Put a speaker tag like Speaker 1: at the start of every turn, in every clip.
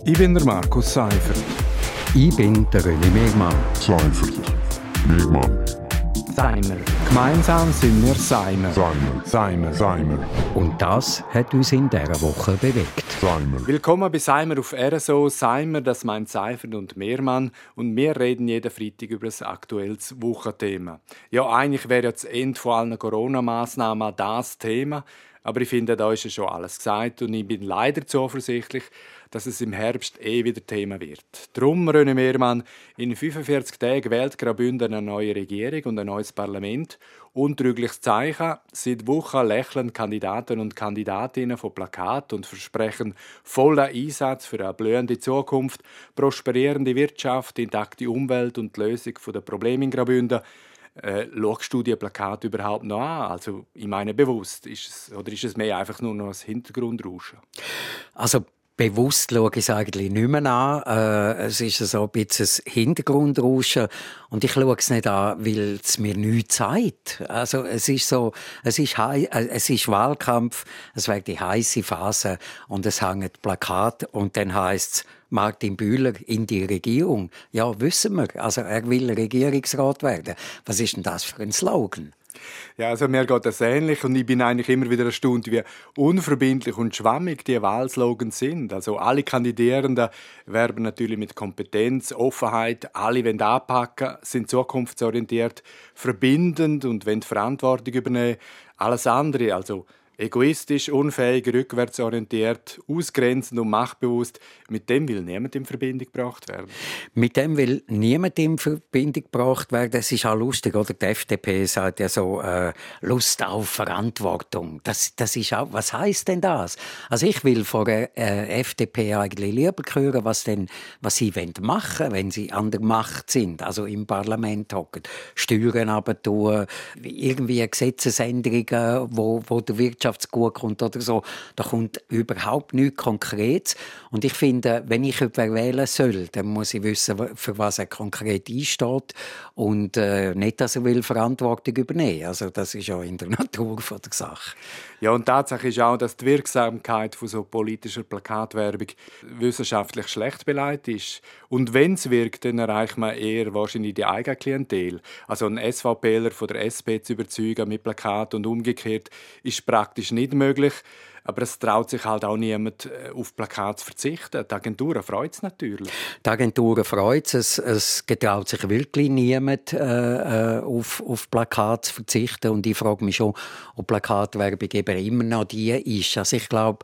Speaker 1: Ich bin der Markus Seifert.
Speaker 2: Ich bin der René Megmann.
Speaker 3: Seifert. Megmann.
Speaker 1: Seimer. Gemeinsam sind wir Seimer. Seimer.
Speaker 2: Und das hat uns in dieser Woche bewegt.
Speaker 3: Seimer.
Speaker 1: Willkommen bei Seimer auf RSO. Seimer, das meint Seifert und Mehrmann. Und wir reden jeden Freitag über ein aktuelles Wochenthema. Ja, eigentlich wäre ja das Ende von allen Corona-Massnahmen das Thema. Aber ich finde, da ist ja schon alles gesagt. Und ich bin leider zuversichtlich, dass es im Herbst wieder Thema wird. Darum, René Mehrmann, in 45 Tagen wählt Graubünden eine neue Regierung und ein neues Parlament. Untrügliches Zeichen. Seit Wochen lächeln Kandidaten und Kandidatinnen von Plakaten und versprechen vollen Einsatz für eine blühende Zukunft, prosperierende Wirtschaft, intakte Umwelt und die Lösung der Probleme in Graubünden. Schaust du die Plakate überhaupt noch an? Also, ich meine bewusst. Ist es mehr einfach nur noch ein Hintergrundrauschen?
Speaker 2: Also bewusst schaue ich es eigentlich nicht mehr an. Es ist so ein bisschen ein Hintergrundrauschen. Und ich schaue es nicht an, weil es mir nichts sagt. Also es ist Wahlkampf, es wird die heisse Phase und es hängen Plakate und dann heisst es, Martin Bühler in die Regierung. Ja, wissen wir. Also er will Regierungsrat werden. Was ist denn das für ein Slogan?
Speaker 1: Ja, also mir geht das ähnlich und ich bin eigentlich immer wieder erstaunt, wie unverbindlich und schwammig die Wahlslogans sind. Also alle Kandidierenden werben natürlich mit Kompetenz, Offenheit, alle wollen anpacken, sind zukunftsorientiert, verbindend und wollen Verantwortung übernehmen. Alles andere, also egoistisch, unfähig, rückwärtsorientiert, ausgrenzend und machtbewusst, mit dem will niemand in Verbindung gebracht werden.
Speaker 2: Mit dem will niemand in Verbindung gebracht werden. Es ist auch lustig, oder? Die FDP sagt ja so, Lust auf Verantwortung. Das ist auch, was heisst denn das? Also ich will von der FDP eigentlich lieber hören, was sie machen wollen, wenn sie an der Macht sind, also im Parlament hocken. Steuern aber tun, irgendwie Gesetzesänderungen, wo der Wirtschaft gut kommt oder so. Da kommt überhaupt nichts Konkretes. Und ich finde, wenn ich jemanden wählen soll, dann muss ich wissen, für was er konkret einsteht und nicht, dass er Verantwortung übernehmen will. Also das ist ja in der Natur der Sache.
Speaker 1: Ja, und Tatsache ist auch, dass die Wirksamkeit von so politischer Plakatwerbung wissenschaftlich schlecht beleidigt ist. Und wenn es wirkt, dann erreicht man eher wahrscheinlich die eigene Klientel. Also einen SVPler von der SP zu überzeugen mit Plakat und umgekehrt ist praktisch nicht möglich. Aber es traut sich halt auch niemand, auf Plakate zu verzichten. Die Agenturen freut es natürlich.
Speaker 2: Die Agenturen freut es. Es getraut sich wirklich niemand, auf Plakate zu verzichten. Und ich frage mich schon, ob Plakatwerbung eben immer noch die ist. Also ich glaube,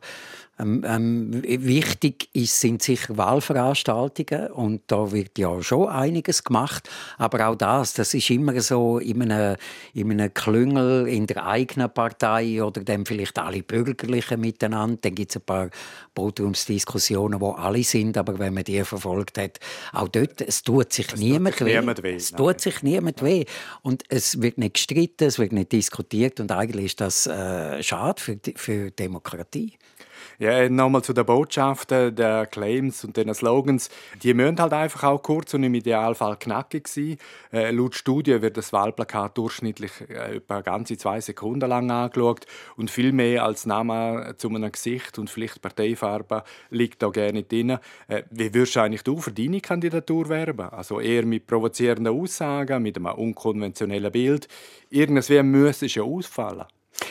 Speaker 2: wichtig sind sicher Wahlveranstaltungen und da wird ja schon einiges gemacht, aber auch das ist immer so in einem Klüngel in der eigenen Partei oder dann vielleicht alle Bürgerlichen miteinander, dann gibt es ein paar Podiumsdiskussionen, wo alle sind, aber wenn man die verfolgt hat, auch dort, es tut sich niemand weh. Es tut sich niemand weh und es wird nicht gestritten, es wird nicht diskutiert und eigentlich ist das schade für Demokratie.
Speaker 1: Ja, nochmal zu den Botschaften, den Claims und den Slogans. Die müssen halt einfach auch kurz und im Idealfall knackig sein. Laut Studien wird das Wahlplakat durchschnittlich etwa ganze 2 Sekunden lang angeschaut. Und viel mehr als Name zu einem Gesicht und vielleicht Parteifarbe liegt da gerne nicht drin. Wie würdest du eigentlich für deine Kandidatur werben? Also eher mit provozierenden Aussagen, mit einem unkonventionellen Bild. Irgendwie müsste es ja ausfallen.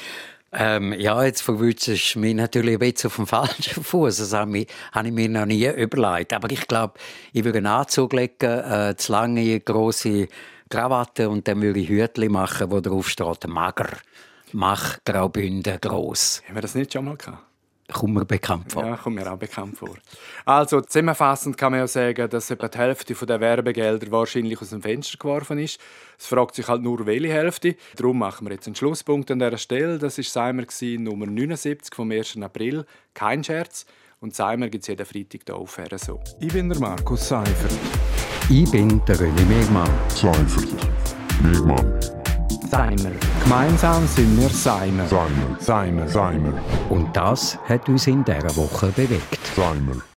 Speaker 2: Jetzt verwünschst du mich natürlich ein bisschen auf dem falschen Fuß. Das habe ich mir noch nie überlegt. Aber ich glaube, ich würde einen Anzug legen, zu lange, grosse Krawatte und dann würde ich Hütchen machen, wo drauf steht «Mager». «Mach Graubünden gross».
Speaker 1: Haben wir das nicht schon mal gehabt?
Speaker 2: Kommt mir bekannt vor.
Speaker 1: Ja, kommt mir auch bekannt vor. Also, zusammenfassend kann man ja sagen, dass etwa die Hälfte der Werbegelder wahrscheinlich aus dem Fenster geworfen ist. Es fragt sich halt nur, welche Hälfte. Darum machen wir jetzt einen Schlusspunkt an dieser Stelle. Das war Seimer Nummer 79 vom 1. April. Kein Scherz. Und Seimer gibt es jeden Freitag hier auf RSO. Ich bin der Markus Seifert.
Speaker 2: Ich bin der René Megmann.
Speaker 3: Seifert. Megmann.
Speaker 1: Seimer. Gemeinsam sind wir Seimer.
Speaker 3: Seimer.
Speaker 1: Seimer.
Speaker 2: Und das hat uns in dieser Woche bewegt.
Speaker 3: Seimer.